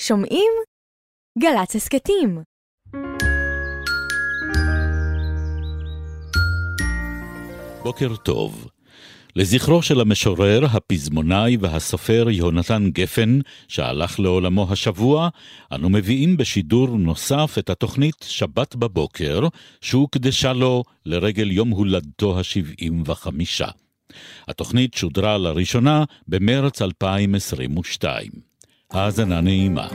שומעים? גל"צ הסכתים. בוקר טוב. לזכרו של המשורר, הפזמונאי והסופר יהונתן גפן, שהלך לעולמו השבוע, אנו מביאים בשידור נוסף את התוכנית שבת בבוקר, שהוקדשה לו לרגל יום הולדתו ה-75. התוכנית שודרה לראשונה במרץ 2022. האזנה נעימה.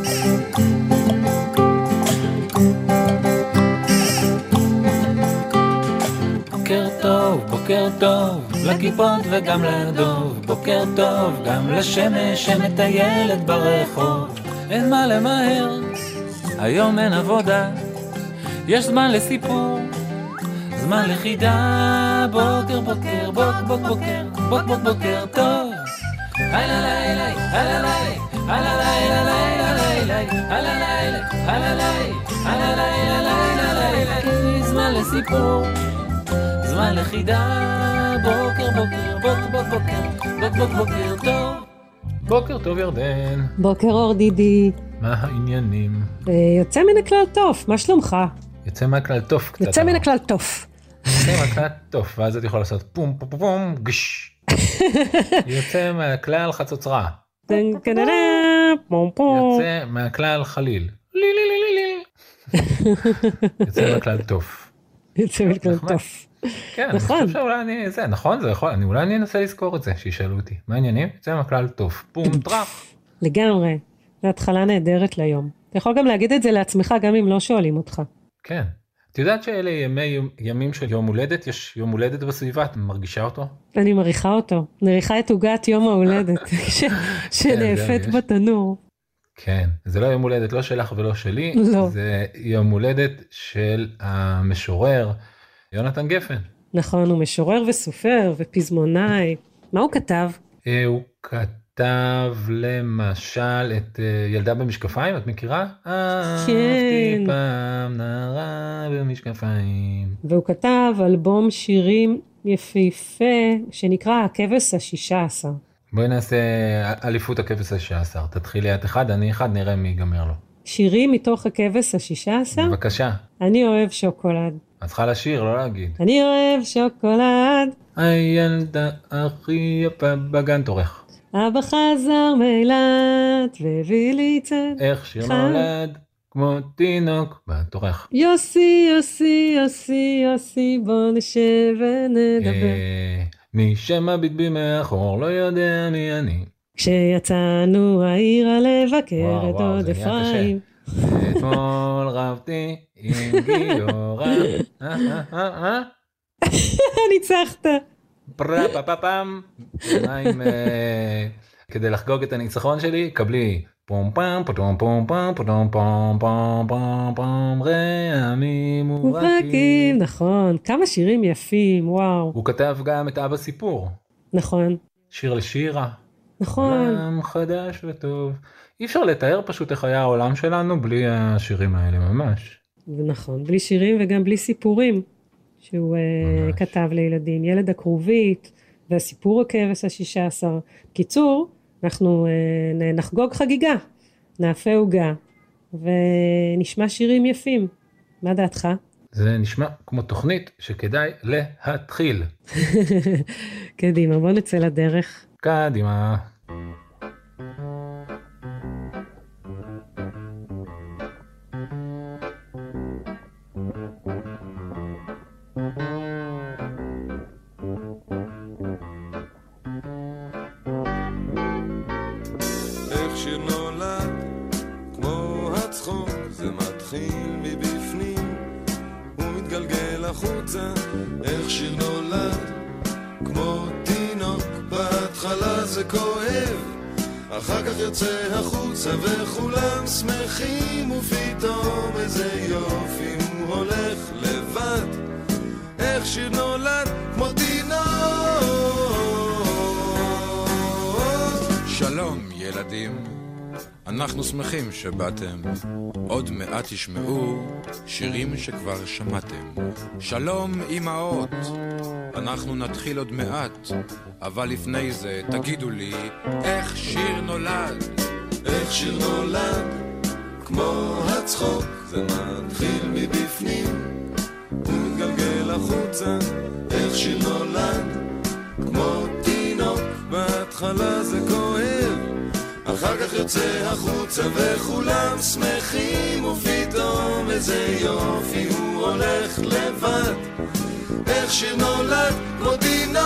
בוקר טוב, לכיפות וגם לדוב, בוקר טוב, גם לשמש שמטיילת ברחוב. אין מה למהר, היום אין עבודה, יש זמן לסיפור, זמן לחידה. בוקר בוקר, בוקר טוב. הלא לילה, הלא לילה, הלא לילה, הלא לילה, הלא לילה, הלא לילה, זמן לסיפור, זמן לחידה. בוקר טוב. בוקר טוב ירדן. בוקר אור דידי. מה העניינים? יוצא מן הכלל טוב, מה שלומך? יוצא מהכלל טוב קצת. יוצא מן הכלל טוב. יוצא מהכלל טוב, ואז את יכולה לעשות פום פום פום גש. יוצא מהכלל חצוצרה. יוצא מהכלל חליל. יוצא מהכלל טוב. יוצא מהכלל טוב. כן, נכון. אני חושב שאולי אני, זה נכון, זה יכול, אולי אני אנסה לזכור את זה, שישאלו אותי. מה העניינים? יוצא מהכלל טוב. פום טרח. לגמרי. זו התחלה נהדרת ליום. אתה יכול גם להגיד את זה לעצמך, גם אם לא שואלים אותך. כן. את יודעת שאלה ימים של יום הולדת, יש יום הולדת בסביבה, את מרגישה אותו? אני מריחה אותו. נריחה את עוגת יום ההולדת, שנאפת בתנור. כן, זה לא יום הולדת, לא שלך ולא שלי. לא. זה יום הולדת של המשורר, יהונתן גפן. נכון, הוא משורר וסופר ופזמונאי. מה הוא כתב? הוא כתב למשל את ילדה במשקפיים, את מכירה? כן. אהבתי פעם נערה במשקפיים. והוא כתב אלבום שירים יפהפה שנקרא הכבש ה-16. בואי נעשה אליפות הכבש ה-16. תתחילי את אחד, אני אחד, נראה מי ייגמר לו. שירים מתוך הכבש ה-16? בבקשה. אני אוהב שוקולד. את צריכה לשיר, לא להגיד. אני אוהב שוקולד. הילדה הכי יפה בגן תורך. אבא חזר מאילת והביא לי צד. איך שיר נולד כמו תינוק בתורך. יוסי, יוסי, יוסי, יוסי, בוא נשב ונדבר. מי שמביט בי מאחור לא יודע מי אני. כשיצאנו העירה לבקר את דוד אפרים. אתמול רבתי עם גיורא. ניצחת. פרפפפם. כדי לחגוג את הניצחון שלי, קבלי פום פם פום פום פם פום פום פום פום פום רעמים מורקים. נכון, כמה שירים יפים, וואו. הוא כתב גם את אבא סיפור. נכון. שיר לשירה. נכון. עולם חדש וטוב. אי אפשר לתאר פשוט איך היה העולם שלנו בלי השירים האלה ממש. נכון, בלי שירים וגם בלי סיפורים שהוא כתב לילדים. ילד הכרובית והסיפור הכבש ה-16. קיצור, אנחנו נחגוג חגיגה, נאפה עוגה ונשמע שירים יפים. מה דעתך? זה נשמע כמו תוכנית שכדאי להתחיל. קדימה, בוא נצא לדרך. קדימה. איך שיר נולד כמו הצחוק, זה מתחיל מבפנים ומתגלגל החוצה. איך שיר נולד כמו תינוק, בהתחלה זה כואב, אחר כך יוצא החוצה וכולם שמחים, ופתאום איזה יופי הוא הולך לבד. איך שיר נולד כמו תינוק. שלום ילדים, אנחנו שמחים שבאתם, עוד מעט תשמעו שירים שכבר שמעתם. שלום אמהות, אנחנו נתחיל עוד מעט, אבל לפני זה תגידו לי איך שיר נולד. איך איך שיר נולד, כמו הצחוק, זה מתחיל מבפנים ומתגלגל החוצה. איך שיר נולד, כמו תינוק, בהתחלה זה כואב, אחר כך יוצא החוצה וכולם שמחים, ופתאום איזה יופי הוא הולך לבד. איך שיר נולד, כמו תינוק.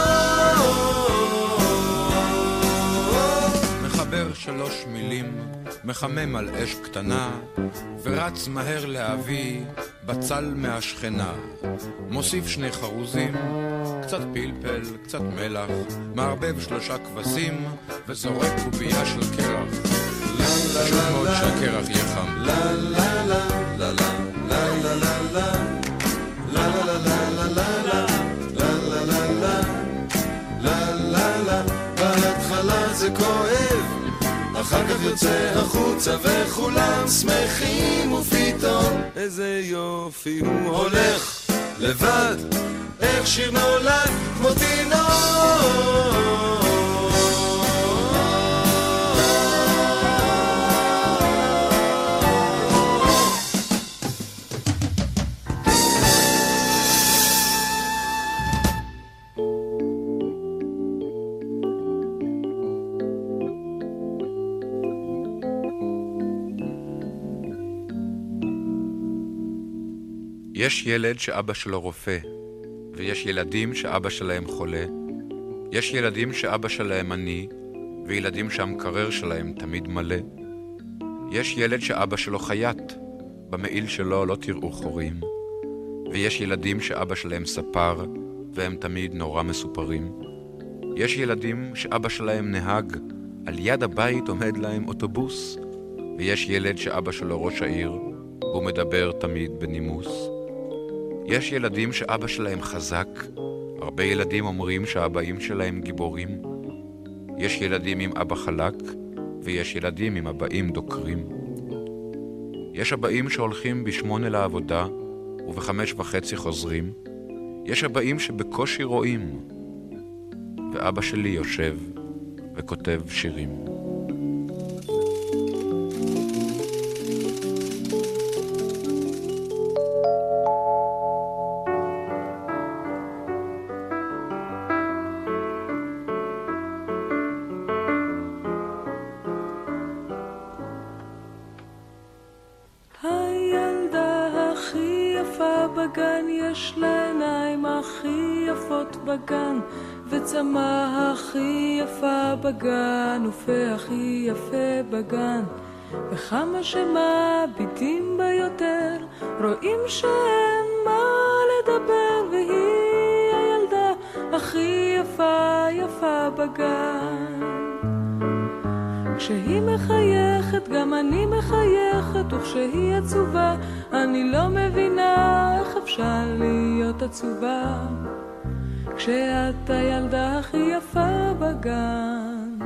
מחבר 3 מילים, מחמם על אש קטנה, ורץ מהר להביא בצל מהשכנה. מוסיף 2 חרוזים, קצת פלפל, קצת מלח, מערבב 3 כבשים, וזורק קובייה של קרח. חשוב מאוד שהקרח יהיה חם. לה לה לה לה לה לה לה לה לה לה לה לה לה. בהתחלה זה כואב, אחר כך יוצא החוצה וכולם שמחים, ופתאום איזה יופי הוא הולך לבד. איך שיר נולד, כמו תינוק. יש ילד שאבא שלו רופא, ויש ילדים שאבא שלהם חולה. יש ילדים שאבא שלהם עני, וילדים שהמקרר שלהם תמיד מלא. יש ילד שאבא שלו חייט, במעיל שלו לא תראו חורים. ויש ילדים שאבא שלהם ספר, והם תמיד נורא מסופרים. יש ילדים שאבא שלהם נהג, על יד הבית עומד להם אוטובוס. ויש ילד שאבא שלו ראש העיר, והוא מדבר תמיד בנימוס. יש ילדים שאבא שלהם חזק, הרבה ילדים אומרים שהאבאים שלהם גיבורים. יש ילדים עם אבא חלק, ויש ילדים עם אבאים דוקרים. יש אבאים שהולכים ב8 לעבודה, וב5:30 חוזרים. יש אבאים שבקושי רואים, ואבא שלי יושב וכותב שירים. יש לה עיניים הכי יפות בגן, וצמא הכי יפה בגן, ופה הכי יפה בגן. וכמה שמביטים בה יותר, רואים שאין מה לדבר, והיא הילדה הכי יפה יפה בגן. כשהיא מחייכת גם אני מחייכת, וכשהיא עצובה אני לא מבינה איך אפשר להיות עצובה כשאת הילדה הכי יפה בגן.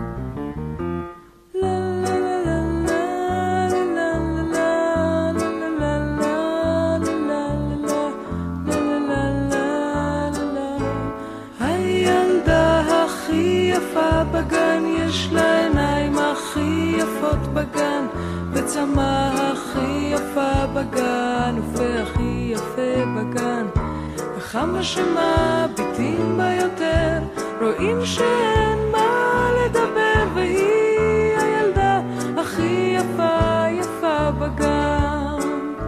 הילדה הכי יפה בגן, יש לה עיניים הכי יפות בגן, וצמא הכי יפה בגן, ופה הכי יפה בגן. וכמה שמביטים בה יותר, רואים שאין מה לדבר, והיא הילדה הכי יפה יפה בגן.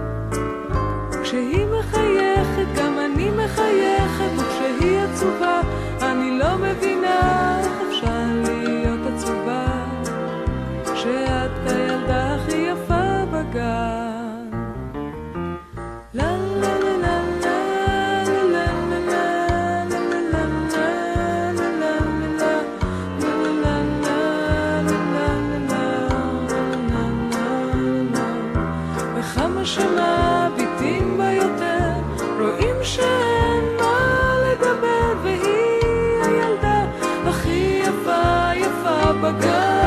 כשהיא מחייכת גם אני מחייכת, וכשהיא עצובה אני לא מבינה איך אפשר להיות עצובה כשאת הילדה הכי יפה בגן. לה לה לה לה וכמה שמביטים בה יותר, רואים שאין מה לדבר, והיא הילדה הכי יפה יפה בגן.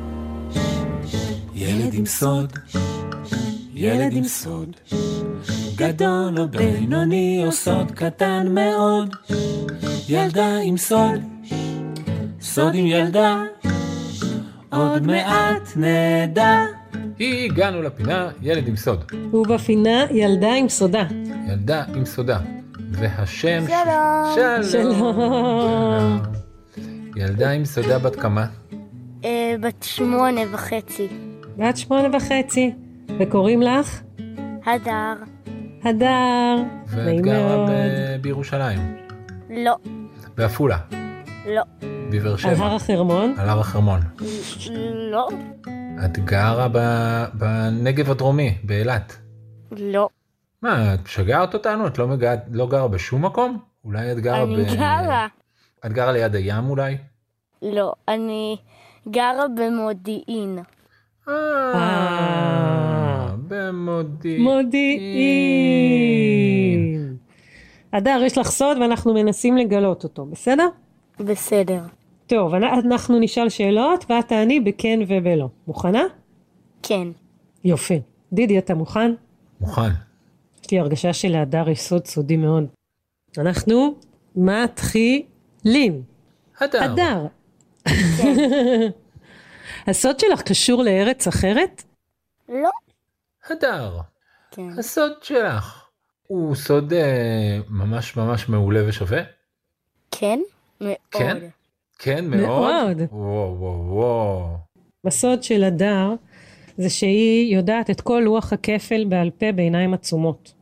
ילד עם סוד, ילד עם סוד, גדול או בינוני או סוד קטן מאוד. ילדה עם סוד, סוד עם ילדה, עוד מעט נדע. הגענו לפינה ילד עם סוד. ובפינה ילדה עם סודה. ילדה עם סודה. והשם... שלום. ילדה עם סודה בת כמה? בת 8.5. בת 8.5. וקוראים לך? הדר. הדר. ואת נעים גרה מאוד. בירושלים? לא. בעפולה? לא. בבאר על שבע? הר החרמון? על הר החרמון. לא. את גרה בנגב הדרומי, באילת? לא. מה, את משגעת אותנו? את לא גרה בשום מקום? אולי את גרה אני גרה. את גרה ליד הים אולי? לא. אני גרה במודיעין. במודיעין. מודיעין. הדר, יש לך סוד ואנחנו מנסים לגלות אותו, בסדר? בסדר. טוב, אנחנו נשאל שאלות ואת תעני בכן ובלא. מוכנה? כן. יופי. דידי, אתה מוכן? מוכן. יש לי הרגשה שלהדר יש סוד סודי מאוד. אנחנו מתחילים. הדר. הסוד שלך קשור לארץ אחרת? לא. הדר. כן. הסוד שלך הוא סוד ממש ממש מעולה ושווה? כן? מאוד. כן? כן, מאוד? מאוד. וואו. בסוד של הדר זה שהיא יודעת את כל לוח הכפל בעל פה בעיניים עצומות.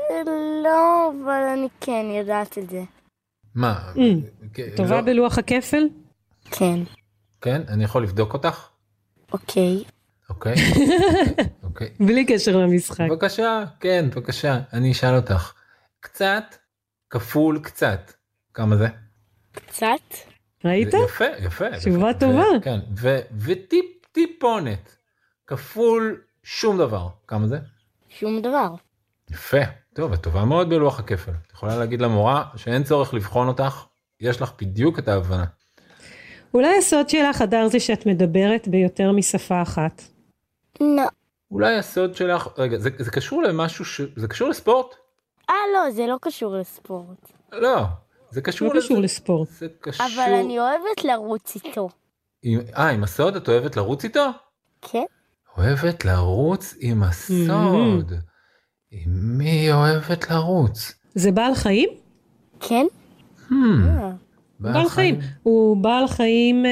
לא, אבל אני כן יודעת את זה. מה? טובה לא- בלוח הכפל? כן. כן? אני יכול לבדוק אותך? אוקיי. אוקיי. אוקיי. בלי קשר למשחק. בבקשה, כן, בבקשה. אני אשאל אותך. קצת כפול קצת. כמה זה? קצת? ראית? יפה. תשובה טובה. כן, וטיפ טיפונת. כפול שום דבר. כמה זה? שום דבר. יפה. טוב, את טובה מאוד בלוח הכפל. את יכולה להגיד למורה שאין צורך לבחון אותך, יש לך בדיוק את ההבנה. אולי הסוד שלך, הדר, זה שאת מדברת ביותר משפה אחת. לא. אולי הסוד שלך, רגע, זה קשור למשהו זה קשור לספורט? לא, זה לא קשור לספורט. לא, זה קשור לא קשור לספורט. זה קשור... אבל אני אוהבת לרוץ איתו. עם הסוד את אוהבת לרוץ איתו? כן? אוהבת לרוץ עם הסוד. עם מי אוהבת לרוץ? זה בעל חיים? כן? בעל חיים. הוא בעל חיים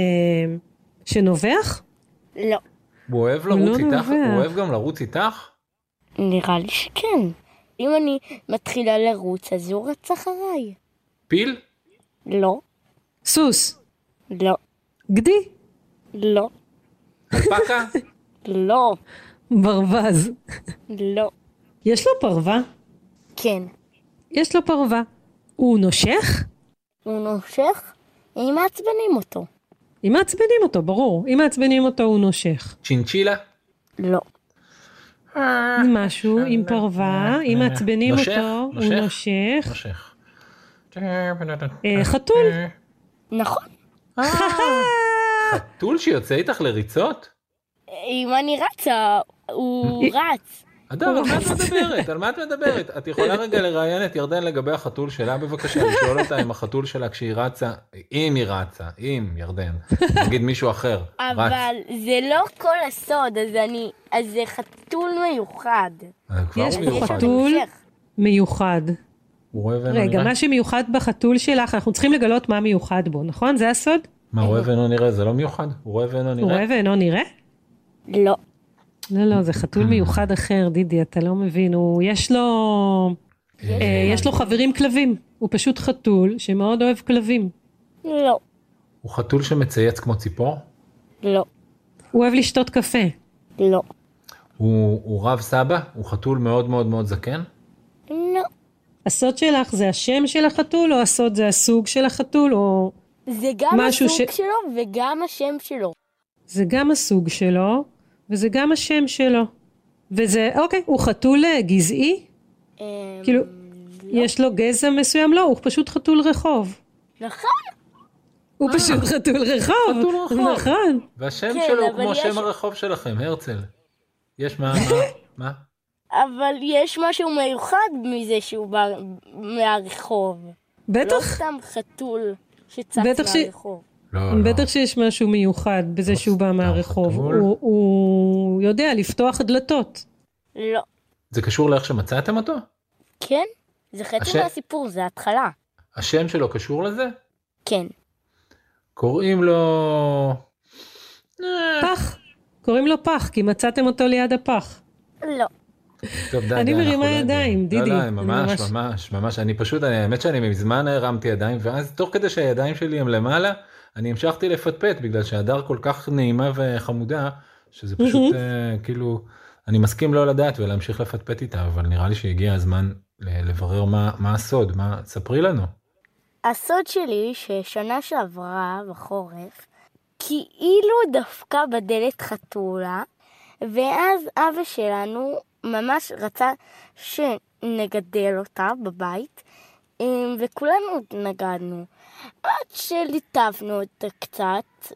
שנובח? לא. הוא אוהב הוא לרוץ לא איתך? נובח. הוא אוהב גם לרוץ איתך? נראה לי שכן. אם אני מתחילה לרוץ, אז הוא רץ אחריי. פיל? לא. סוס? לא. גדי? לא. אלפקה? לא. ברווז? לא. יש לו פרווה? כן. יש לו פרווה. הוא נושך? הוא נושך? אם מעצבנים אותו. אם מעצבנים אותו, ברור. אם מעצבנים אותו, הוא נושך. צ'ינצ'ילה? לא. משהו עם פרווה, אם מעצבנים נושך? אותו, הוא נושך. נושך. חתול? נכון. חתול שיוצא איתך לריצות? אם אני רצה, הוא רץ. אדם, על מה את מדברת? על מה את מדברת? את יכולה רגע לראיין את ירדן לגבי החתול שלה בבקשה, לשאול אותה אם החתול שלה כשהיא רצה, אם היא רצה, אם ירדן, נגיד מישהו אחר, רץ. אבל זה לא כל הסוד, אז זה חתול מיוחד. יש כבר מיוחד. חתול מיוחד. הוא רואה ואינו רגע, נראה? מה שמיוחד בחתול שלך, אנחנו צריכים לגלות מה מיוחד בו, נכון? זה הסוד? מה, רואה ואינו נראה? זה לא מיוחד? הוא רואה ואינו הוא נראה? רואה ואינו נראה? לא. לא, זה חתול מיוחד אחר, דידי, אתה לא מבין. יש לו חברים כלבים. הוא פשוט חתול שמאוד אוהב כלבים. לא. הוא חתול שמצייץ כמו ציפור? לא. הוא אוהב לשתות קפה. לא. הוא רב סבא? הוא חתול מאוד מאוד מאוד זקן? לא. הסוד שלך זה השם של החתול, או הסוד זה הסוג של החתול, או... זה גם משהו הסוג שלו וגם השם שלו. זה גם הסוג שלו, וזה גם השם שלו. וזה, אוקיי, הוא חתול גזעי? כאילו, יש לו גזע מסוים? לא, הוא פשוט חתול רחוב. נכון. הוא פשוט חתול רחוב. חתול רחוב. נכון. והשם כן, שלו הוא אבל כמו יש- שם הרחוב שלכם, הרצל. יש מה? אבל יש משהו מיוחד מזה שהוא בא מהרחוב. בטח. לא סתם חתול שצץ מהרחוב. בטח שיש משהו מיוחד בזה שהוא בא מהרחוב. הוא יודע לפתוח דלתות. לא. זה קשור לאיך שמצאתם אותו? כן, זה חצי מהסיפור, זה התחלה. השם שלו קשור לזה? כן. קוראים לו... פח. קוראים לו פח, כי מצאתם אותו ליד הפח. לא. טוב, די, אני מרימה ידיים, דידי. לא, ממש. אני פשוט, האמת שאני מזמן הרמתי ידיים, ואז תוך כדי שהידיים שלי הם למעלה, אני המשכתי לפטפט, בגלל שהדר כל כך נעימה וחמודה, שזה פשוט כאילו, אני מסכים לא לדעת ולהמשיך לפטפט איתה, אבל נראה לי שהגיע הזמן לברר מה הסוד, ספרי לנו. הסוד שלי ששנה שעברה בחורף, כאילו דווקא בדלת חתולה, ואז אבא שלנו ממש רצה שנגדל אותה בבית, וכולנו נגדנו. עד שליטפנו אותה קצת,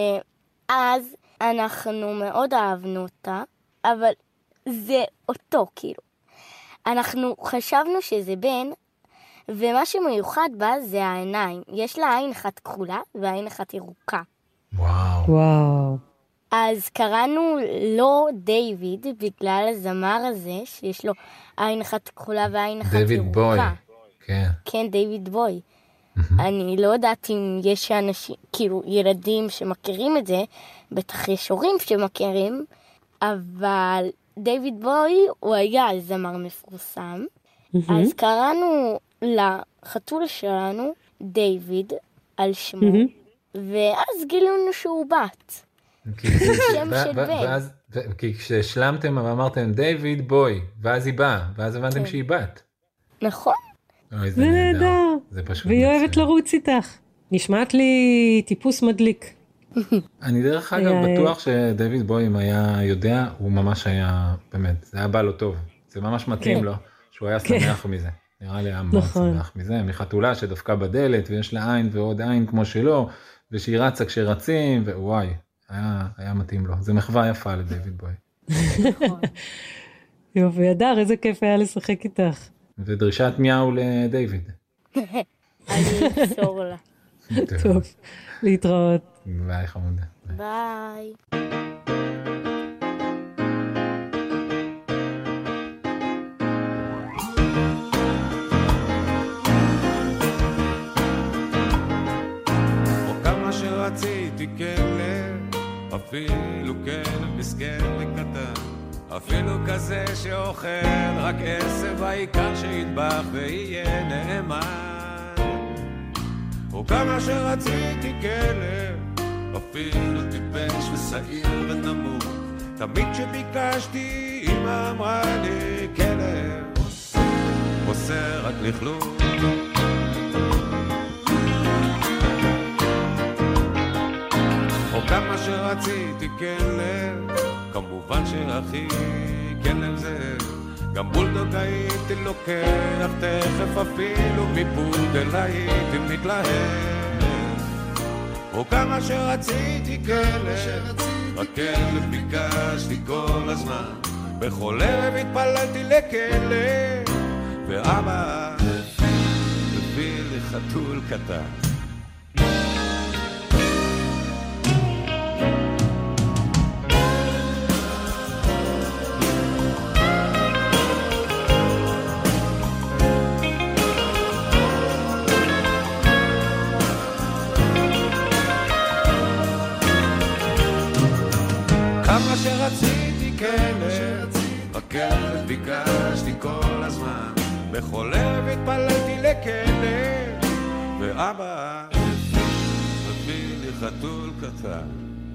ואז אנחנו מאוד אהבנו אותה, אבל זה אותו כאילו. אנחנו חשבנו שזה בן, ומה שמיוחד בה זה העיניים. יש לה עין אחת כחולה ועין אחת ירוקה. וואו. אז קראנו לו דיוויד בגלל הזמר הזה, שיש לו עין אחת כחולה ועין אחת ירוקה. דיוויד בוי. כן. כן, דיוויד בוי. אני לא יודעת אם יש אנשים, כאילו ילדים שמכירים את זה, בטח יש הורים שמכירים, אבל דיוויד בוי הוא היה זמר מפורסם, אז קראנו לחתול שלנו דיוויד על שמו, ואז גילינו שהוא בת. שם של בן. כי כשהשלמתם ואמרתם דיוויד בוי, ואז היא באה, ואז הבנתם שהיא בת. נכון. זה נהדר. זה פשוט והיא אוהבת לרוץ איתך. נשמעת לי טיפוס מדליק. אני דרך אגב בטוח שדיוויד בוי, אם היה יודע, הוא ממש היה, באמת, זה היה בא לו טוב. זה ממש מתאים לו, שהוא היה שמח מזה. נראה לי היה מאוד שמח מזה. מחתולה שדפקה בדלת, ויש לה עין ועוד עין כמו שלו, ושהיא רצה כשרצים, ווואי, היה מתאים לו. זה מחווה יפה לדיוויד בוי. יופי, אדר, איזה כיף היה לשחק איתך. ודרישת מיהו לדיוויד. אני אמסור לה. טוב, להתראות. ביי חמודה. ביי. כמה שרציתי כלב, אפילו כלב מסכן וקטן, אפילו כזה שאוכל רק עשב, העיקר שידבח ויהיה נאמן. או כמה שרציתי כלב, אפילו טיפש ושעיר ונמוך, תמיד שביקשתי אמא אמרה לי כלב עושה רק לכלוך. או כמה שרציתי כלב, כמובן שהכי כלב זה, גם בולדוג הייתי לוקח תכף, אפילו מפודל הייתי מתלהב. או כמה שרציתי כלב, רק כלב ביקשתי כל הזמן, בכל ערב התפללתי לכלב, ואבא הביא לי חתול קטן. כמה שרציתי כלב, הכלב ביקשתי כל הזמן, בכל ערב התפללתי לכלב, ואבא הביא לי חתול קטן.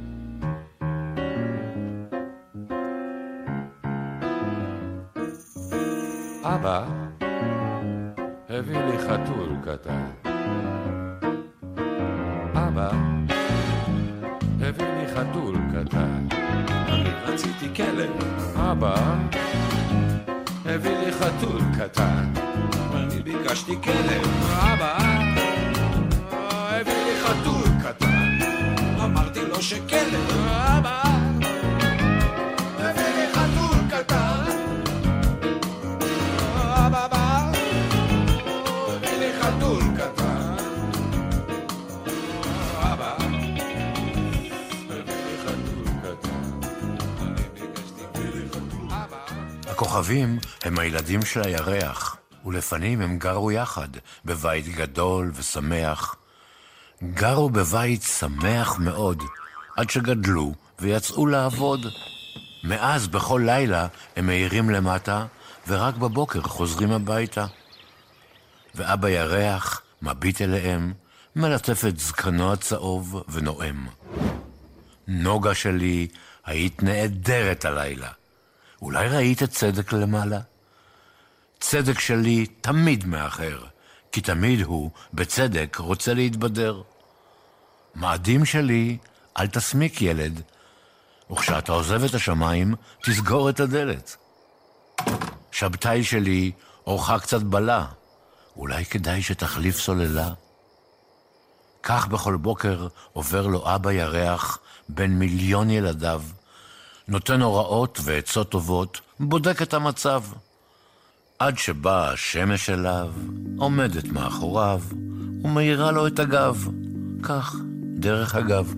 אבא הביא לי חתול קטן. אבא הביא לי חתול קטן. אני רציתי כלב, אבא הביא לי חתול קטן. אני ביקשתי כלב, אבא הביא לי חתול קטן. אמרתי לו שכלב, אבא הביא לי חתול קטן. הכוכבים הם הילדים של הירח, ולפנים הם גרו יחד, בבית גדול ושמח. גרו בבית שמח מאוד, עד שגדלו ויצאו לעבוד. מאז בכל לילה הם מאירים למטה, ורק בבוקר חוזרים הביתה. ואבא ירח מביט אליהם, מלטף את זקנו הצהוב ונואם. נוגה שלי, היית נהדרת הלילה. אולי ראית צדק למעלה? צדק שלי תמיד מאחר, כי תמיד הוא בצדק רוצה להתבדר. מאדים שלי, אל תסמיק ילד, וכשאתה עוזב את השמיים, תסגור את הדלת. שבתאי שלי, אורך קצת בלה, אולי כדאי שתחליף סוללה. כך בכל בוקר עובר לו אבא ירח בין מיליון ילדיו, נותן הוראות ועצות טובות, בודק את המצב. עד שבאה השמש אליו, עומדת מאחוריו, ומאירה לו את הגב, כך דרך אגב.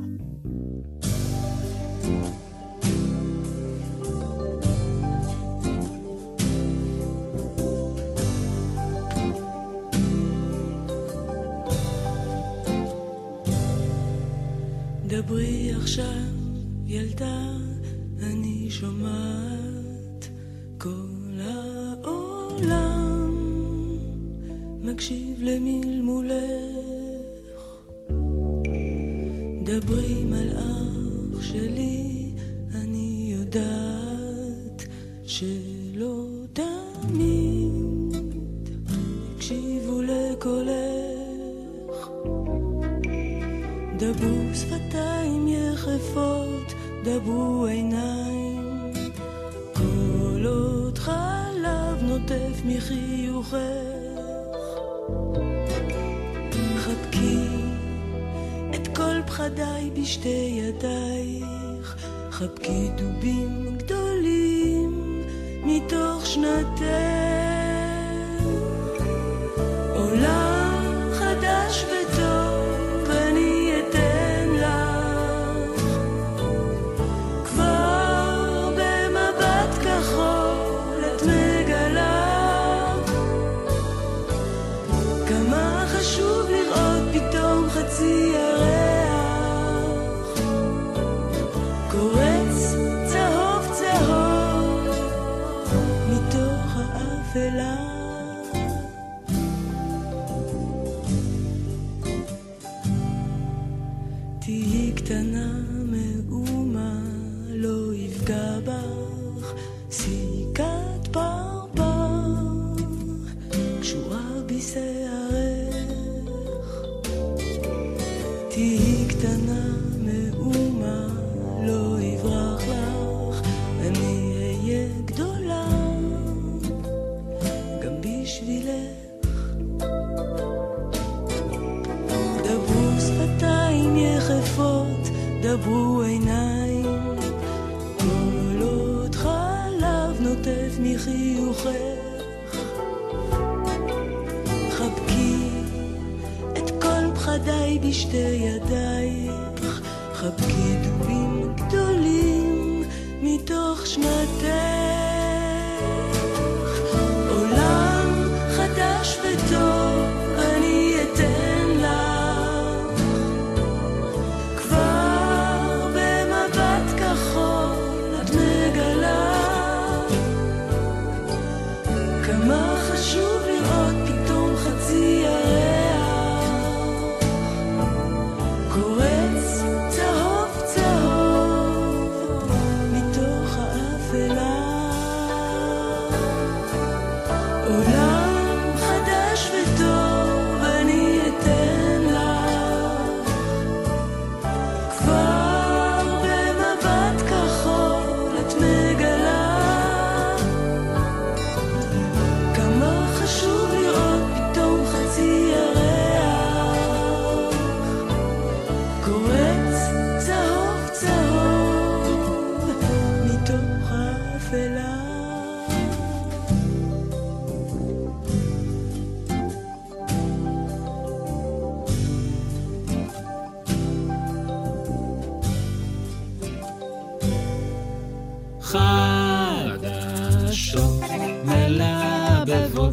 דברי עכשיו ילדה, אני שומעת כל העולם מקשיב למלמולך. דברי מלאך שלי, אני יודעת שלא תמיד הקשיבו לקולך. דברו שפתיים יחפות, דברו עיניים, כל עוד חלב נוטף מחיוכך. חבקי את כל פחדיי בשתי ידייך, חבקי דובים גדולים מתוך שנתך. עולם חדש וטוב אני אתן לך, כבר במבט כחול את מגלה כמה חשוב לראות פתאום חצי ירח קורץ צהוב צהוב מתוך האפלה. תהי קטנה מאומה, לא יפגע בך סיכת פרפר קשורה בשערך. תהי קטנה מאומה, לא יברח לך, אני אהיה גדולה גם בשבילך. דברו שפתיים יחפות, דברו עיניים, כל עוד חלב נוטף מחיוכך. חבקי את כל פחדיי בשתי ידייך, חבקי דובים גדולים מתוך שנתך. עולם חדש וטוב אני אתן לך, כבר במבט כחול את מגלה כמה חשוב לראות פתאום חצי ירח קורץ צהוב צהוב מתוך האפלה. עולם חדש וטוב אני אתן לך, כבר במבט כחול את מגלה כמה חשוב לראות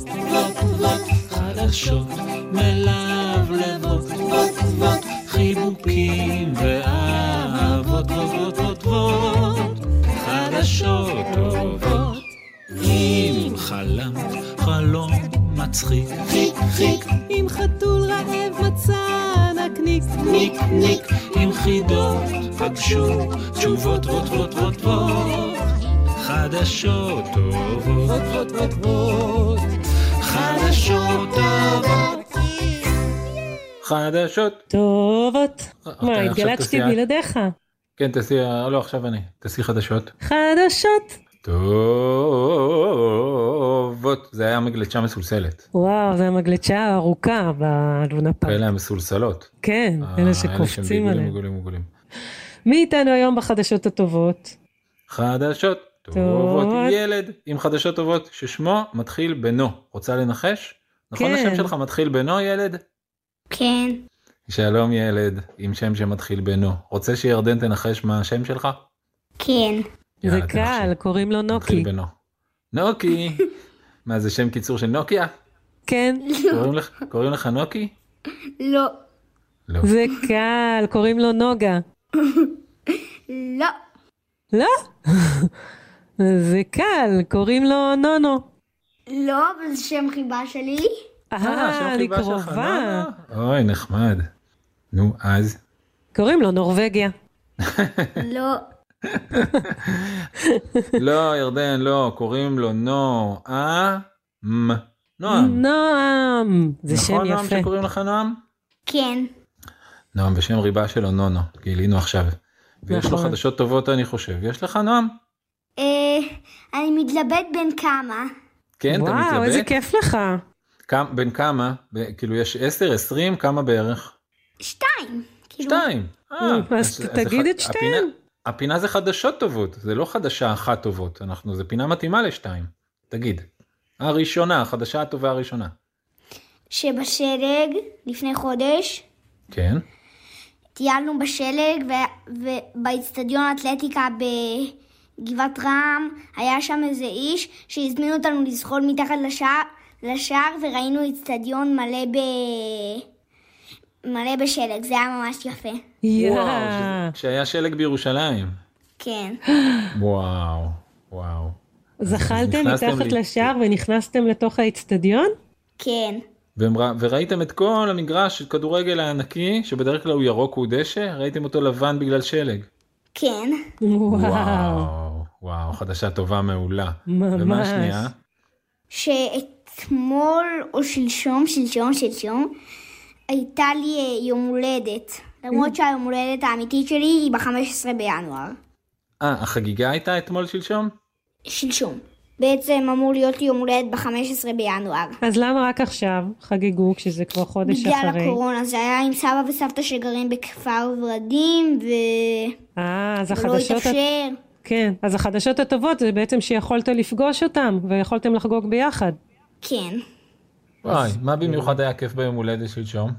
ווט, ווט, חדשות מלבלבות, ווט, ווט, חיבוקים ואהבות, ווט, ווט, ווט, חדשות טובות. אם חלמת חלום מצחיק, חיק, חיק, אם חתול רעב מצא נקניק, ניק, ניק, אם חידות פגשו תשובות, ווט, ווט, ווט, ווט, חדשות טובות, ווט, ווט, ווט, חדשות טובות. חדשות טובות. מה, התגלצתי בלעדיך. כן, לא, עכשיו אני. תעשי חדשות. חדשות. טובות. זה היה מגלצ'ה מסולסלת. וואו, זה המגלצ'ה הארוכה בלונה פארק. אלה המסולסלות. כן, אלה שקופצים עליהם. עיגולים. מי איתנו היום בחדשות הטובות? חדשות טובות. ילד עם חדשות טובות ששמו מתחיל בנו. רוצה לנחש? נכון השם שלך מתחיל בנו, ילד? כן. שלום ילד, עם שם שמתחיל בנו. רוצה שירדן תנחש מה השם שלך? כן. זה קל, קוראים לו נוקי. מתחיל בנו. נוקי. מה, זה שם קיצור של נוקיה? כן. קוראים לך נוקי? לא. לא. זה קל, קוראים לו נוגה. לא. לא? זה קל, קוראים לו נונו. לא, אבל זה שם חיבה שלי. אני קרובה. אוי, נחמד. נו, אז? קוראים לו נורווגיה. לא. לא, ירדן, לא, קוראים לו נועם. נועם. זה שם יפה. נכון, נועם שקוראים לך נועם? כן. נועם, בשם ריבה שלו נונו, גילינו עכשיו. ויש לו חדשות טובות, אני חושב. יש לך נועם? אני מתלבט בין כמה. כן, אתה מתלבט? וואו, איזה כיף לך. בין כמה? כאילו יש 10, 20, כמה בערך? 2. 2. אז תגיד את 2. הפינה זה חדשות טובות, זה לא חדשה אחת טובות, זה פינה מתאימה ל2. תגיד, הראשונה, החדשה הטובה הראשונה. שבשלג, לפני חודש, כן. טיילנו בשלג, ובאצטדיון אתלטיקה בגבעת רם, היה שם איזה איש שהזמין אותנו לזחול מתחת לשער, וראינו אצטדיון מלא בשלג, זה היה ממש יפה. וואו, שהיה שלג בירושלים. כן. וואו. זחלתם מתחת לשער ונכנסתם לתוך האצטדיון? כן. וראיתם את כל המגרש, כדורגל הענקי, שבדרך כלל הוא ירוק הוא דשא, ראיתם אותו לבן בגלל שלג. כן. וואו, חדשה טובה מעולה. ממש. ומה השנייה? שאתמול או שלשום, הייתה לי יום הולדת. למרות שהיום הולדת האמיתית שלי היא ב-15 בינואר. החגיגה הייתה אתמול שלשום? שלשום. בעצם אמור להיות לי יום הולדת ב-15 בינואר. אז למה רק עכשיו חגגו כשזה כבר חודש אחרי? בגלל הקורונה, זה היה עם סבא וסבתא שגרים בכפר ורדים אז ולא התאפשר. כן, אז החדשות הטובות זה בעצם שיכולת לפגוש אותם ויכולתם לחגוג ביחד. כן. וואי, מה במיוחד היה כיף ביום הולדת שלשום?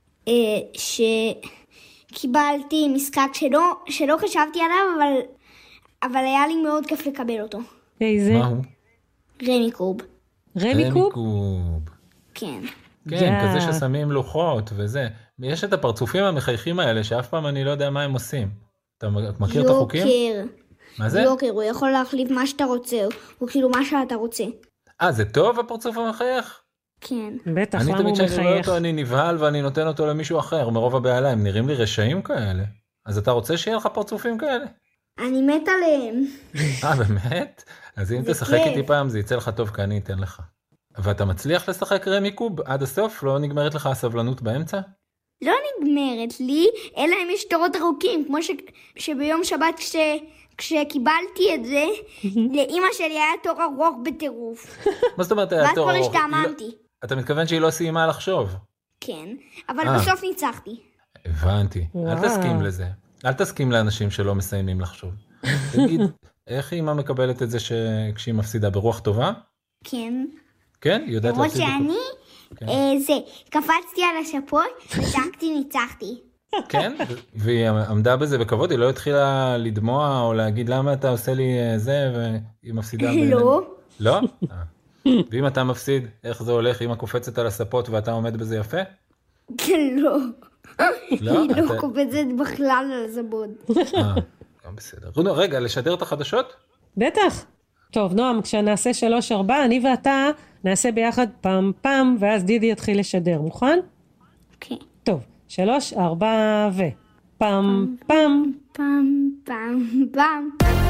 שקיבלתי משחק שלא חשבתי עליו, אבל היה לי מאוד כיף לקבל אותו. איזה? מה הוא? רמי קוב. רמי קוב? כן. כן, כזה ששמים לוחות וזה. יש את הפרצופים המחייכים האלה שאף פעם אני לא יודע מה הם עושים. אתה מכיר את החוקים? יוקר. מה זה? יוקר, הוא יכול להחליף מה שאתה רוצה, הוא כאילו מה שאתה רוצה. זה טוב הפרצוף המחייך? כן. בטח, למה הוא מחייך? אני תמיד כשאני רואה אותו אני נבהל ואני נותן אותו למישהו אחר, מרוב הבעלה, הם נראים לי רשעים כאלה. אז אתה רוצה שיהיה לך פרצופים כאלה? אני מת עליהם. באמת? אז אם תשחק איתי פעם זה יצא לך טוב כי אני אתן לך. ואתה מצליח לשחק רמי קוב עד הסוף? לא נגמרת לך הסבלנות באמצע? לא נגמרת לי, אלא אם יש תורות ארוכים, כמו שביום שבת כשקיבלתי את זה, לאמא שלי היה תור ארוך בטירוף. מה זאת אומרת היה תור ארוך? ואז כבר השתעממתי. אתה מתכוון שהיא לא סיימה לחשוב? כן, אבל בסוף ניצחתי. הבנתי, אל תסכים לזה. אל תסכים לאנשים שלא מסיימים לחשוב. תגיד, איך אמא מקבלת את זה כשהיא מפסידה ברוח טובה? כן. כן? היא יודעת להפסיד למרות שאני, קפצתי על השפות, וצעקתי ניצחתי. כן? והיא עמדה בזה בכבוד, היא לא התחילה לדמוע או להגיד למה אתה עושה לי זה, והיא מפסידה... לא. לא? ואם אתה מפסיד, איך זה הולך? אמא קופצת על הספות ואתה עומד בזה יפה? לא. לא? היא לא קופצת בכלל על הספות. גם בסדר. רגע, לשדר את החדשות? בטח. טוב, נועם, כשנעשה 3-4, אני ואתה נעשה ביחד פעם פעם, ואז דידי יתחיל לשדר. מוכן? כן. טוב, 3-4 פעם פעם. פעם פעם פעם.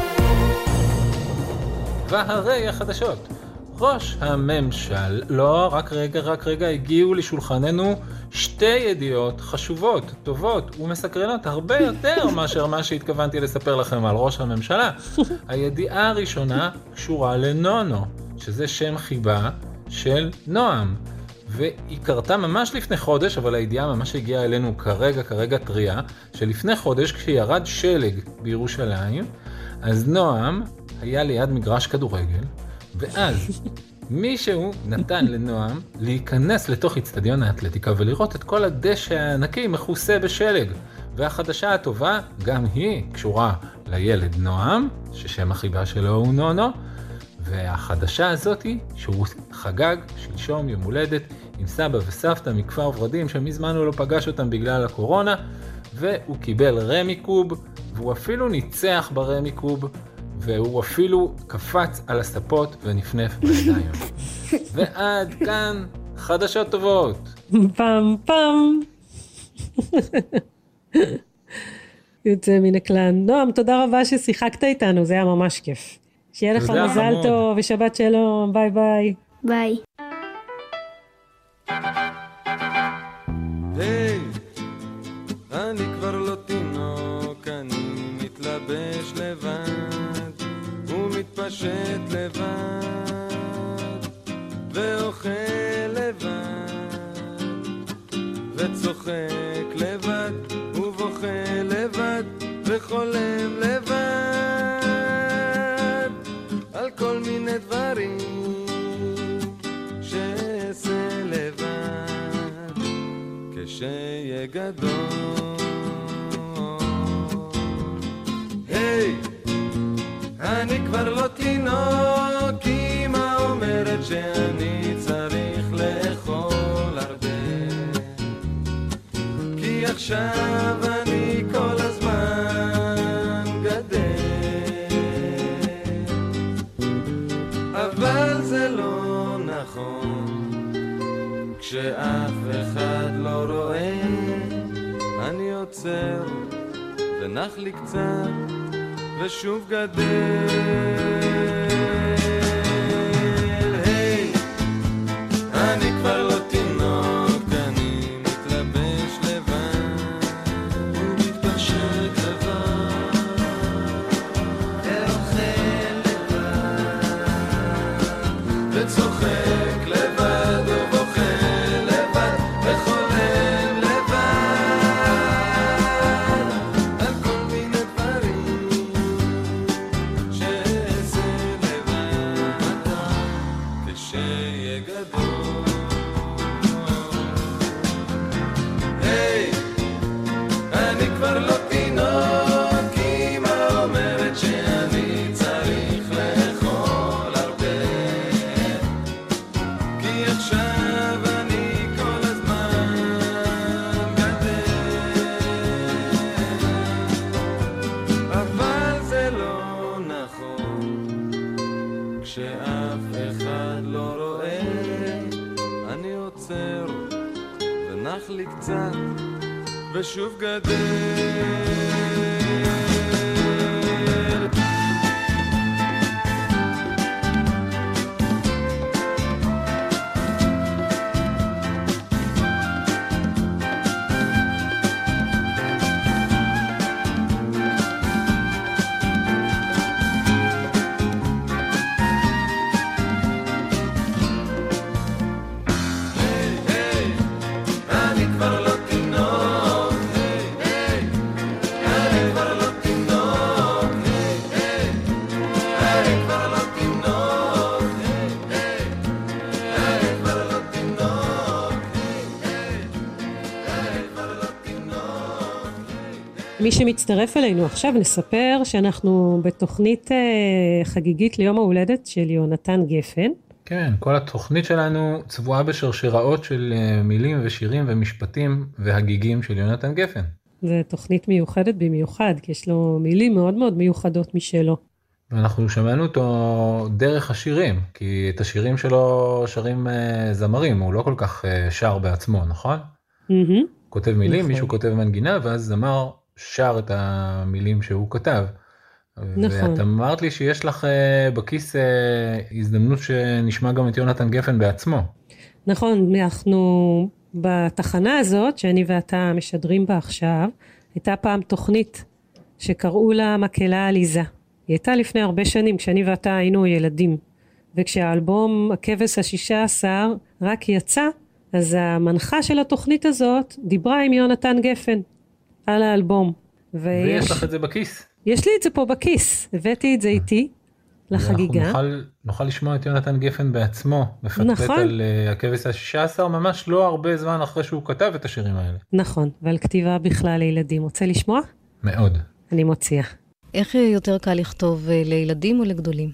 והרי החדשות. ראש הממשל, לא, רק רגע, הגיעו לשולחננו 2 ידיעות חשובות, טובות ומסקרנות הרבה יותר מאשר מה שהתכוונתי לספר לכם על ראש הממשלה. הידיעה הראשונה קשורה לנונו, שזה שם חיבה של נועם. והיא קרתה ממש לפני חודש, אבל הידיעה ממש הגיעה אלינו כרגע טריה, שלפני חודש כשירד שלג בירושלים, אז נועם היה ליד מגרש כדורגל, ואז מישהו נתן לנועם להיכנס לתוך אצטדיון האתלטיקה ולראות את כל הדשא הענקי מכוסה בשלג. והחדשה הטובה, גם היא קשורה לילד נועם, ששם החיבה שלו הוא נונו, והחדשה הזאת היא שהוא חגג שלשום יום הולדת עם סבא וסבתא מכפר ורדים שמזמן הוא לא פגש אותם בגלל הקורונה, והוא קיבל רמי קוב, והוא אפילו ניצח ברמי קוב, והוא אפילו קפץ על הספות ונפנף בידיים. ועד כאן חדשות טובות. פעם פעם. יוצא מן הכלל. נועם, תודה רבה ששיחקת איתנו, זה היה ממש כיף. שיהיה לך מזל טוב ושבת שלום, ביי ביי. ביי. היי, אני כבר לא תינוק, אני מתלבש לבד ומתפשט לבד ואוכל לבד וצוחק לבד ובוכה לבד וחולם לבד על כל מיני דברים שאעשה לבד כשיהיה גדול. היי, אני כבר לא תינוק, אמא אומרת שאני צריך לאכול הרבה, כי עכשיו אני כל הזמן גדל, אבל זה לא נכון, כשאף אחד לא רואה, אני עוצר ונח לי קצת ושוב גדל. היי, אני כבר לא תינוק, אני מתלבש לבד ומתפשט לבד ואוכל לבד וצוחק לבד ובוכה לבד וחולם לבד על כל מיני דברים שאעשה לבד כשיהיה גדול. היי, אני כבר לא תינוק, אמא אומרת שאני צריך לאכול הרבה, כי עכשיו אני כל הזמן גדל, אבל זה לא נכון, כשאף אחד לא רואה, אני עוצר ונח לי קצת ושוב גדל. אני כבר לא תינוק, אני כבר לא תינוק, אני כבר לא תינוק, אני כבר לא תינוק, אני כבר לא תינוק. מי שמצטרף אלינו עכשיו נספר שאנחנו בתוכנית חגיגית ליום ההולדת של יונתן גפן, כן, כל התוכנית שלנו צבועה בשרשראות של מילים ושירים ומשפטים והגיגים של יונתן גפן. זו תוכנית מיוחדת במיוחד, כי יש לו מילים מאוד מאוד מיוחדות משלו. ואנחנו שמענו אותו דרך השירים, כי את השירים שלו שרים זמרים, הוא לא כל כך שר בעצמו, נכון? כותב מילים, מישהו כותב מנגינה, ואז זמר שר את המילים שהוא כתב. נכון. ואת אמרת לי שיש לך בכיס הזדמנות שנשמע גם את יונתן גפן בעצמו. נכון, אנחנו בתחנה הזאת, שאני ואתה משדרים בה עכשיו, הייתה פעם תוכנית שקראו לה מקהלה עליזה. היא הייתה לפני הרבה שנים, כשאני ואתה היינו ילדים. וכשהאלבום הכבש ה-16 רק יצא, אז המנחה של התוכנית הזאת דיברה עם יונתן גפן על האלבום. ויש לך את זה בכיס? יש לי את זה פה בכיס, הבאתי את זה איתי לחגיגה. נוכל לשמוע את יונתן גפן בעצמו, מפטפט על הכבש ה-16, ממש לא הרבה זמן אחרי שהוא כתב את השירים האלה. נכון, ועל כתיבה בכלל לילדים. רוצה לשמוע? מאוד. אני מוציאה. איך יותר קל לכתוב לילדים או לגדולים?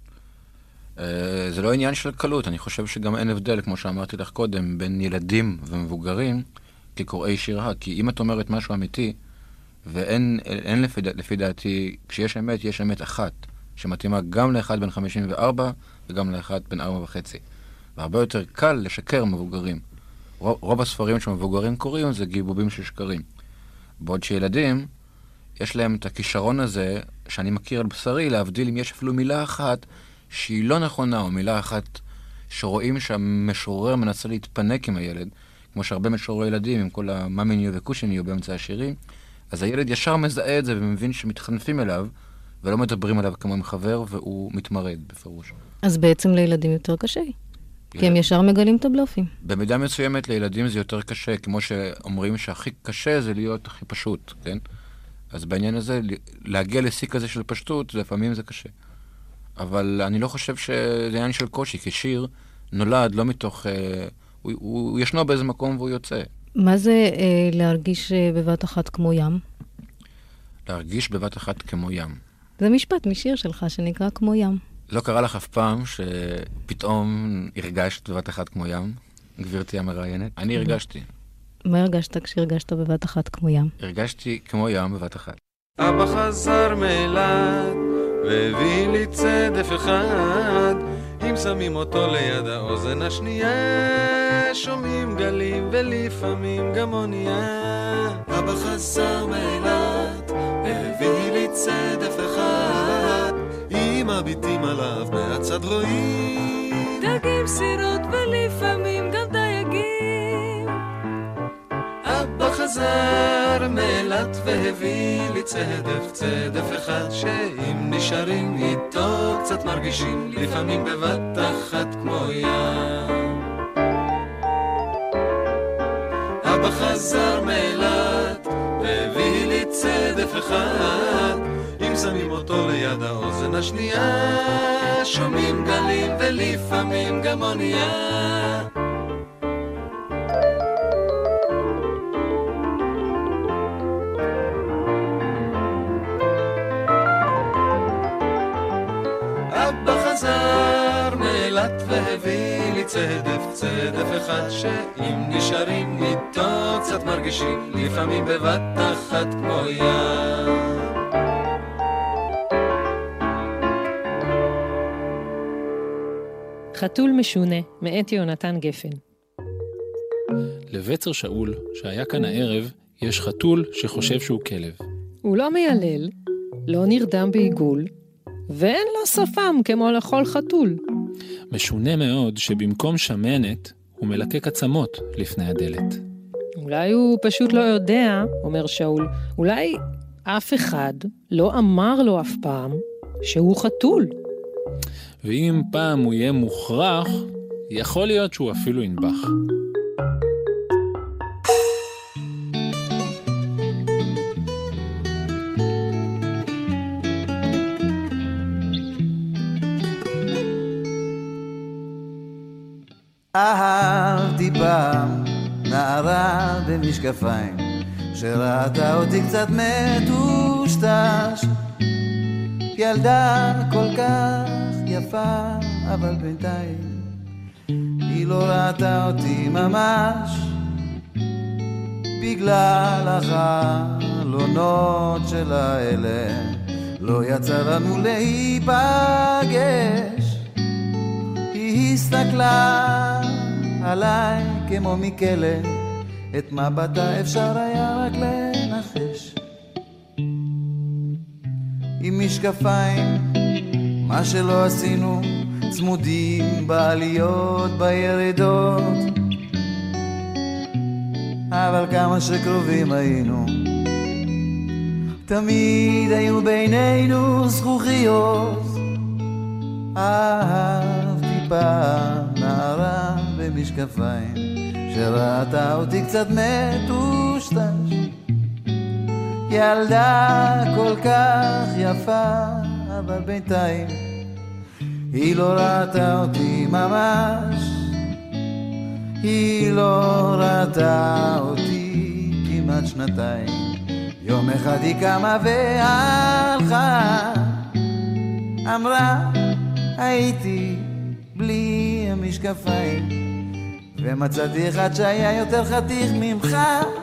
זה לא עניין של קלות, אני חושב שגם אין הבדל, כמו שאמרתי לך קודם, בין ילדים ומבוגרים כקוראי שירה, כי אם את אומרת משהו אמיתי, ואין לפי דעתי, כשיש אמת, יש אמת אחת, שמתאימה גם לאחד בן 54 וגם לאחד בן 4.5. והרבה יותר קל לשקר מבוגרים. רוב הספרים שמבוגרים קוראים זה גיבובים של שקרים. בעוד שילדים, יש להם את הכישרון הזה, שאני מכיר על בשרי, להבדיל אם יש אפילו מילה אחת שהיא לא נכונה, או מילה אחת שרואים שהמשורר מנסה להתפנק עם הילד, כמו שהרבה משוררי ילדים, עם כל המאמיניו וקושניו באמצע השירים, אז הילד ישר מזהה את זה ומבין שמתחנפים אליו, ולא מדברים עליו כמו עם חבר, והוא מתמרד בפירוש. אז בעצם לילדים יותר קשה, כי הם ישר מגלים את הבלופים. במידה מסוימת לילדים זה יותר קשה, כמו שאומרים שהכי קשה זה להיות הכי פשוט, כן? אז בעניין הזה, להגיע לשיא כזה של פשטות, לפעמים זה קשה. אבל אני לא חושב שזה עניין של קושי, כי שיר נולד לא מתוך... הוא ישנו באיזה מקום והוא יוצא. מה זה להרגיש בבת אחת כמו ים? להרגיש בבת אחת כמו ים. זה משפט משיר שלך שנקרא כמו ים. לא קרה לך אף פעם שפתאום הרגשת בבת אחת כמו ים, גברתי המראיינת? אני הרגשתי. מה הרגשת כשהרגשת בבת אחת כמו ים? הרגשתי כמו ים בבת אחת. אבא חזר מאילת והביא לי צדף אחד, אם שמים אותו ליד האוזן השנייה שומעים גלים ולפעמים גם אונייה. אבא חזר מאילת והביא לי צדף אחד, אם מביטים עליו מהצד רואים דגים, סירות ולפעמים גם דייגים. אבא חזר מאילת והביא לי צדף אחד, שאם נשארים איתו קצת מרגישים לפעמים בבת אחת כמו ים. אבא חזר מאילת והביא לי צדף אחד, אם שמים אותו ליד האוזן השנייה שומעים גלים ולפעמים גם אונייה. אבא חזר מאילת והביא לי צדף אחד, שאם נשארים איתו קצת מרגישים לפעמים בבת אחת כמו ים. חתול משונה, מאת יונתן גפן. לבצר שאול, שהיה כאן הערב, יש חתול שחושב שהוא כלב. הוא לא מיילל, לא נרדם בעיגול, ואין לו שפם כמו לכל חתול. משונה מאוד שבמקום שמנת, הוא מלקק עצמות לפני הדלת. אולי הוא פשוט לא יודע, אומר שאול, אולי אף אחד לא אמר לו אף פעם שהוא חתול. ואם פעם הוא יהיה מוכרח, יכול להיות שהוא אפילו ינבח. אהבתי פעם נערה במשקפיים, שראתה אותי קצת מטושטש, ילדה כל כך יפה, אבל בינתיים היא לא ראתה אותי ממש, בגלל החלונות של האלה לא יצא לנו להיפגש. היא הסתכלה עליי כמו מכלא, את מבטה אפשר היה רק לנחש. עם משקפיים, מה שלא עשינו, צמודים בעליות בירידות, אבל כמה שקרובים היינו, תמיד היו בינינו זכוכיות. אהבתי פעם נערה במשקפיים שראתה אותי קצת מטושטש, ילדה כל כך יפה, אבל בינתיים היא לא ראתה אותי ממש, היא לא ראתה אותי כמעט שנתיים. יום אחד היא קמה והלכה, אמרה הייתי בלי המשקפיים, ומצאתי אחד שהיה יותר חתיך ממך.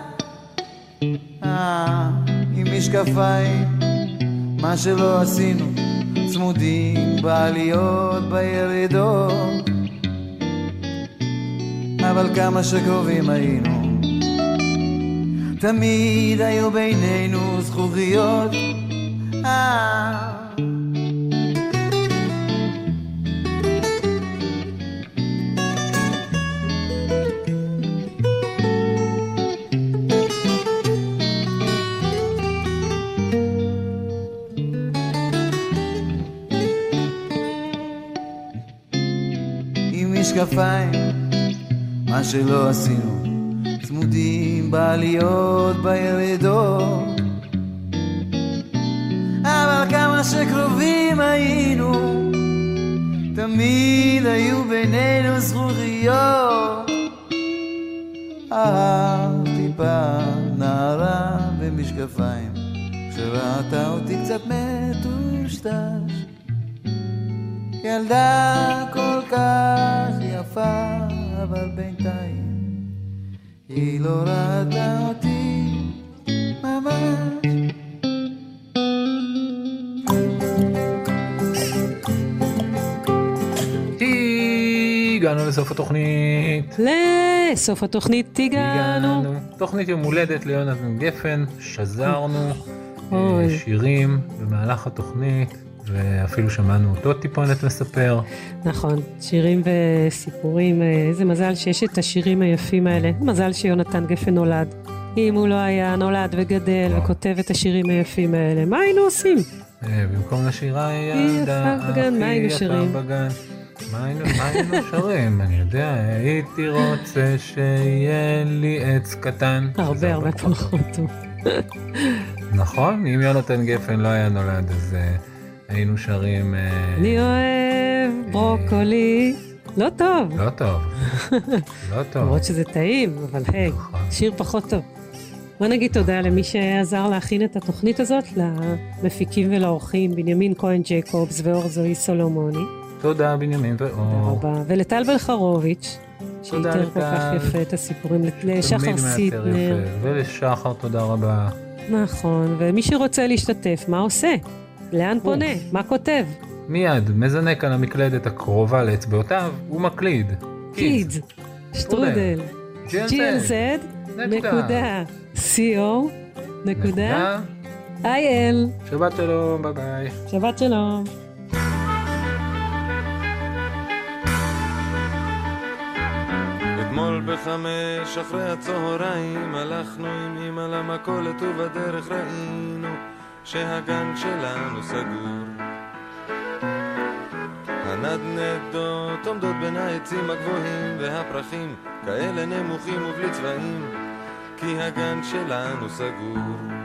עם משקפיים, מה שלא עשינו, צמודים בעליות בירידות, אבל כמה שקרובים היינו, תמיד היו בינינו זכוכיות. משקפיים, מה שלא עשינו, צמודים בעליות בירידות, אבל כמה שקרובים היינו, תמיד היו בינינו זכוכיות. אהבתי פעם נערה במשקפיים שראתה אותי קצת מטושטש, ילדה כל כך יפה, אבל בינתיים היא לא ראתה אותי ממש. הגענו לסוף התוכנית. לסוף התוכנית הגענו. תוכנית יום הולדת ליונתן גפן, שזרנו שירים במהלך התוכנית, ואפילו שמענו אותו טיפונת מספר. נכון, שירים וסיפורים, איזה מזל שיש את השירים היפים האלה. מזל שיונתן גפן נולד. אם הוא לא היה נולד וגדל וכותב את השירים היפים האלה, מה היינו עושים? במקום לשירה ילדה הכי יפה בגן. מה היינו שרים? אני יודע, הייתי רוצה שיהיה לי עץ קטן. הרבה פחות טוב. נכון, אם יונתן גפן לא היה נולד, אז היינו שרים... אני אוהב ברוקולי. לא טוב. לא טוב. למרות שזה טעים, אבל היי, שיר פחות טוב. בוא נגיד תודה למי שעזר להכין את התוכנית הזאת, למפיקים ולאורחים, בנימין כהן ג'ייקובס ואור זוהי סולומוני. תודה בנימין ואור. תודה רבה. ולטל בלחרוביץ', שאיתר כל כך יפה את הסיפורים, לשחר סיטנר. ולשחר תודה רבה. נכון, ומי שרוצה להשתתף, מה עושה? לאן פונה? מה כותב? מיד, מזנק על המקלדת הקרובה לאצבעותיו, הוא מקליד. קידס, שטרודל, glz.co.il. שבת שלום, ביי ביי. שבת שלום. אתמול 5 אחרי הצהריים הלכנו עם אמא למכולת ובדרך ראינו שהגן שלנו סגור. הנדנדות עומדות בין העצים הגבוהים והפרחים כאלה נמוכים ובלי צבעים, כי הגן שלנו סגור.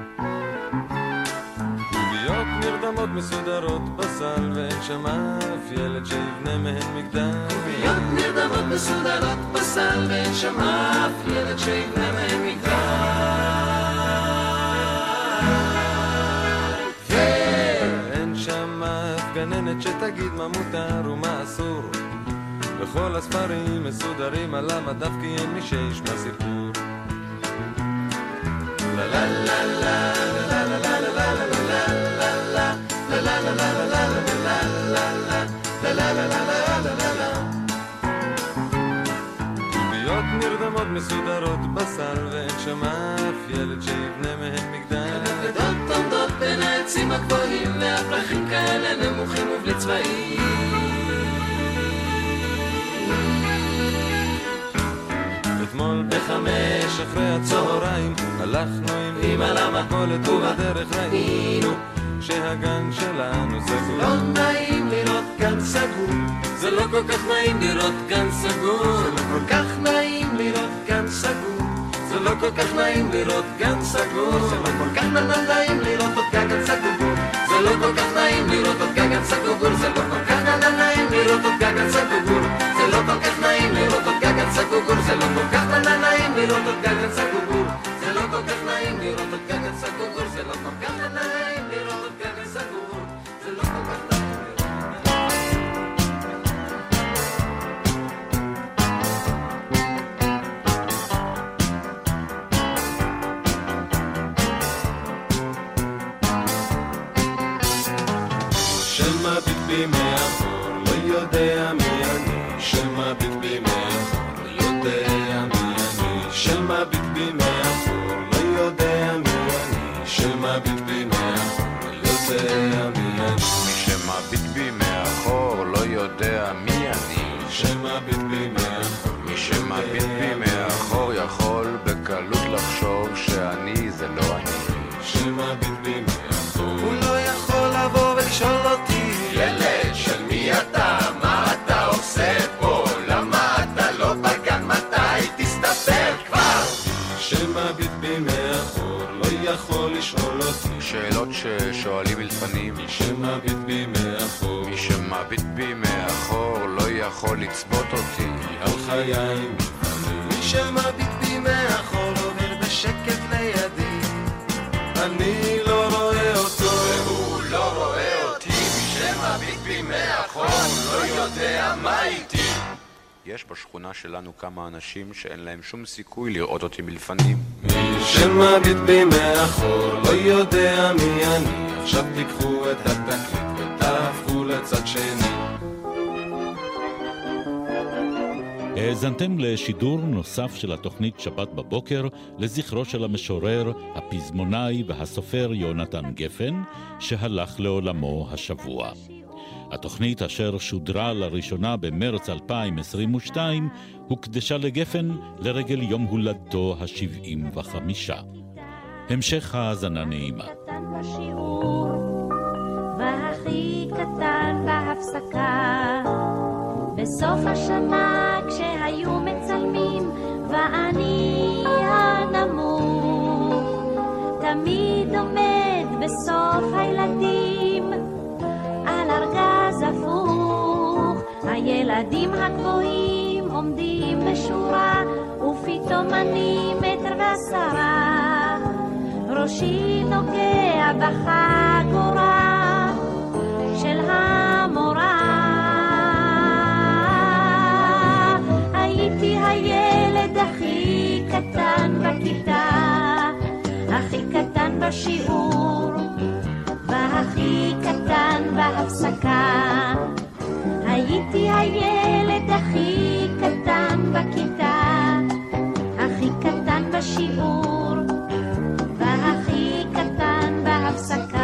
גוביות נרדמות מסודרות בסל ואין שם אף ילד שיבנה מהן מגדל. גוביות נרדמות מסודרות בסל ואין שם אף ילד שיבנה מהן מגדל. ואין שם אף גננת שתגיד מה מותר ומה אסור, וכל הספרים מסודרים על המדף כי אין מי שישמע סיפור. לה לה לה לה לה לה לה לה לה לה לה לה לה לה לה לה לה. קוביות נרדמות מסודרות בסל ואין שם אף ילד שיבנה מהן מגדל. גדות עומדות בין העצים הגבוהים והפרחים כאלה נמוכים ובלי צבעים. אתמול ב5 אחרי הצהריים הלכנו עם אמא למכולת ובדרך ראינו שהגן שלנו סגור. לא נעים לראות גן סגור, זה לא כל כך נעים לראות גן סגור. זה לא כל כך נעים לראות גן סגור, זה לא כל כך נעים לראות גן סגור. זה לא כל כך נעים לראות עוד גן סגור, זה לא כל כך נעים לראות עוד גן סגור. זה לא כל כך נעים לראות עוד גן סגור, זה לא כל כך נעים לראות עוד גן סגור. זה לא כל כך נעים לראות עוד גן סגור, זה לא כל כך נעים לראות עוד גן סגור. זה לא כל כך נעים לראות עוד גן סגור, זה לא כל כך נעים. שמביט בי מאחור, לא יודע מי אני. שמביט בי מאחור, לא יודע מי אני. שמביט בי מאחור, לא יודע מי אני. שמביט בי מאחור, לא יודע מי אני. שמביט בי מאחור, לא יודע מי אני. שמביט בי מאחור, מי שמביט בי מאחור יכול בקלות לחשוב שאני זה לא אני. שמביט בי מאחור, הוא לא יכול לבוא ולשאול אותי ילד של מי אתה, מה אתה עושה פה, למה אתה לא בגן, מתי תסתפר כבר. שמביט בי מאחור, לא יכול לשאול אותי שאלות ששואלים מלפנים. מי שמביט בי מאחור, מי שמביט בי מאחור לא יכול לצפות אותי על חיי מלפנים. מי שמביט בי מאחור עובר בשקט לידי, אני לא רואה אותו והוא לא רואה אותי. מי שמביט בי מאחור לא יודע מה איתי. יש בשכונה שלנו כמה אנשים שאין להם שום סיכוי לראות אותי מלפנים. מי שמביט בי מאחור לא יודע מי אני. עכשיו תיקחו את התקליט ותהפכו לצד שני. האזנתם לשידור נוסף של התוכנית שבת בבוקר לזכרו של המשורר, הפזמונאי והסופר יונתן גפן, שהלך לעולמו השבוע. התוכנית אשר שודרה לראשונה במרץ 2022 הוקדשה לגפן לרגל יום הולדתו ה-75. המשך האזנה נעימה. והכי קטן בהפסקה בסוף השנה כשהיו מצלמים ואני הנמוך תמיד עומד בסוף הילדים על ארגז הפוך. הילדים הגבוהים עומדים בשורה ופתאום אני 1.10 ראשי נוגע בחגורה של המורה. הייתי הילד הכי קטן בכיתה, הכי קטן בשיעור והכי קטן בהפסקה. הייתי הילד הכי קטן בכיתה, הכי קטן בשיעור והכי קטן בהפסקה.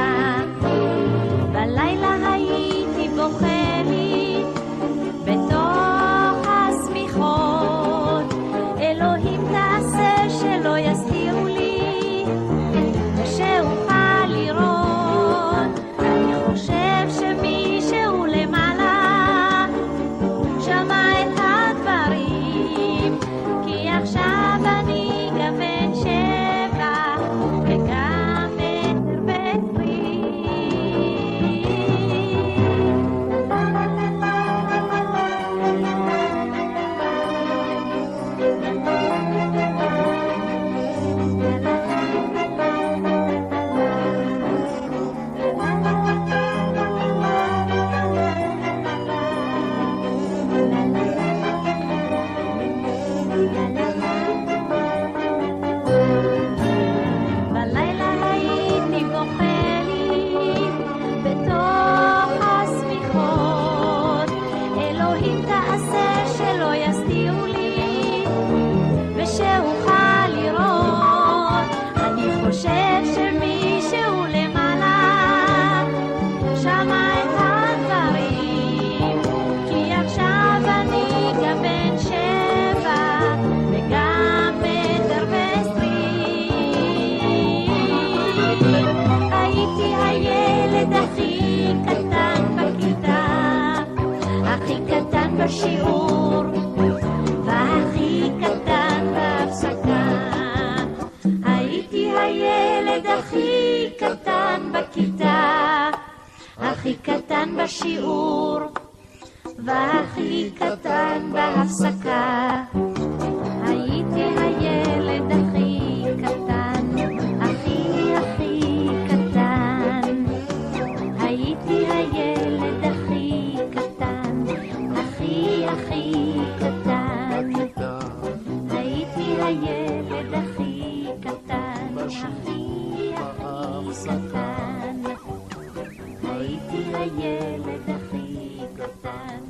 בשיעור והכי קטן בהפסקה. הייתי הילד הכי קטן בכיתה, הכי קטן בשיעור והכי קטן בהפסקה. הייתי הילד הכי קטן, הכי הכי קטן. הייתי הילד הכי קטן, הכי הכי קטן. הייתי הילד הכי קטן, הכי הכי קטן. הייתי הילד הכי קטן.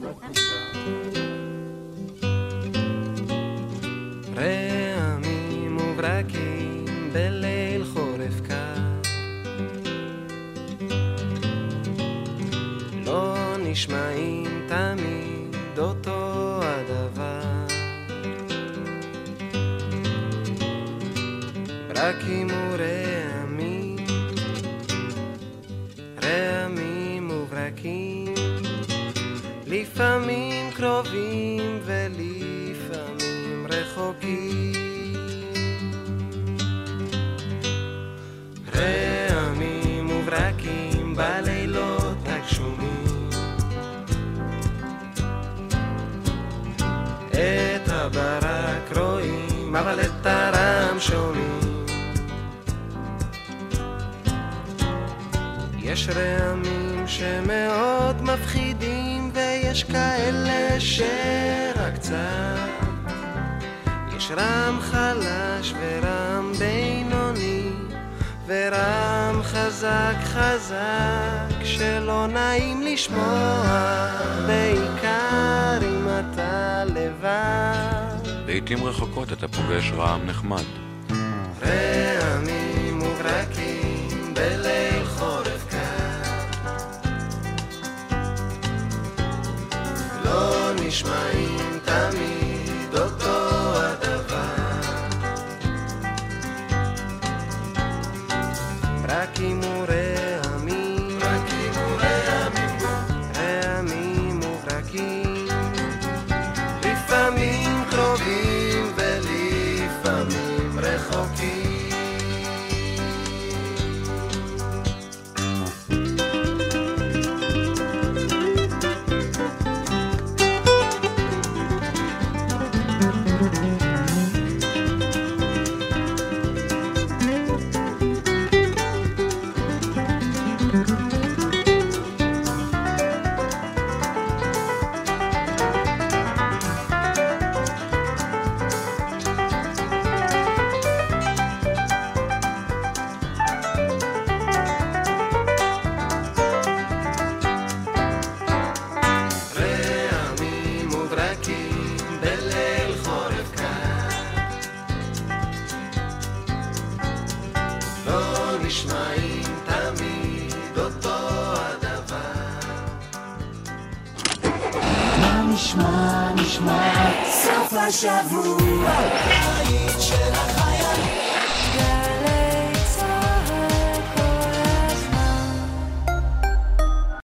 רעמים וברקים בליל חורף קר, לא נשמעים תמיד אותו הדבר. ברקים ורעמים, רעמים וברקים, לפעמים קרובים ולפעמים רחוקים. רעמים וברקים בלילות הגשומים, את הברק רואים אבל את הרם שומעים. יש רעמים שמאוד מפחידים ויש כאלה שרק קצת. יש רם חלש ורם בינוני ורם חזק חזק שלא נעים לשמוע, בעיקר אם אתה לבד. לעתים רחוקות אתה פוגש רעם נחמד. רעמים וברקים בליל חורף קר, לא נשמעים תמיד אותו הדבר. ברקים ורעמים, ברקים ורעמים, רעמים וברקים, לפעמים קרובים ולפעמים רחוקים. נשמע סוף השבוע, היית של החיים.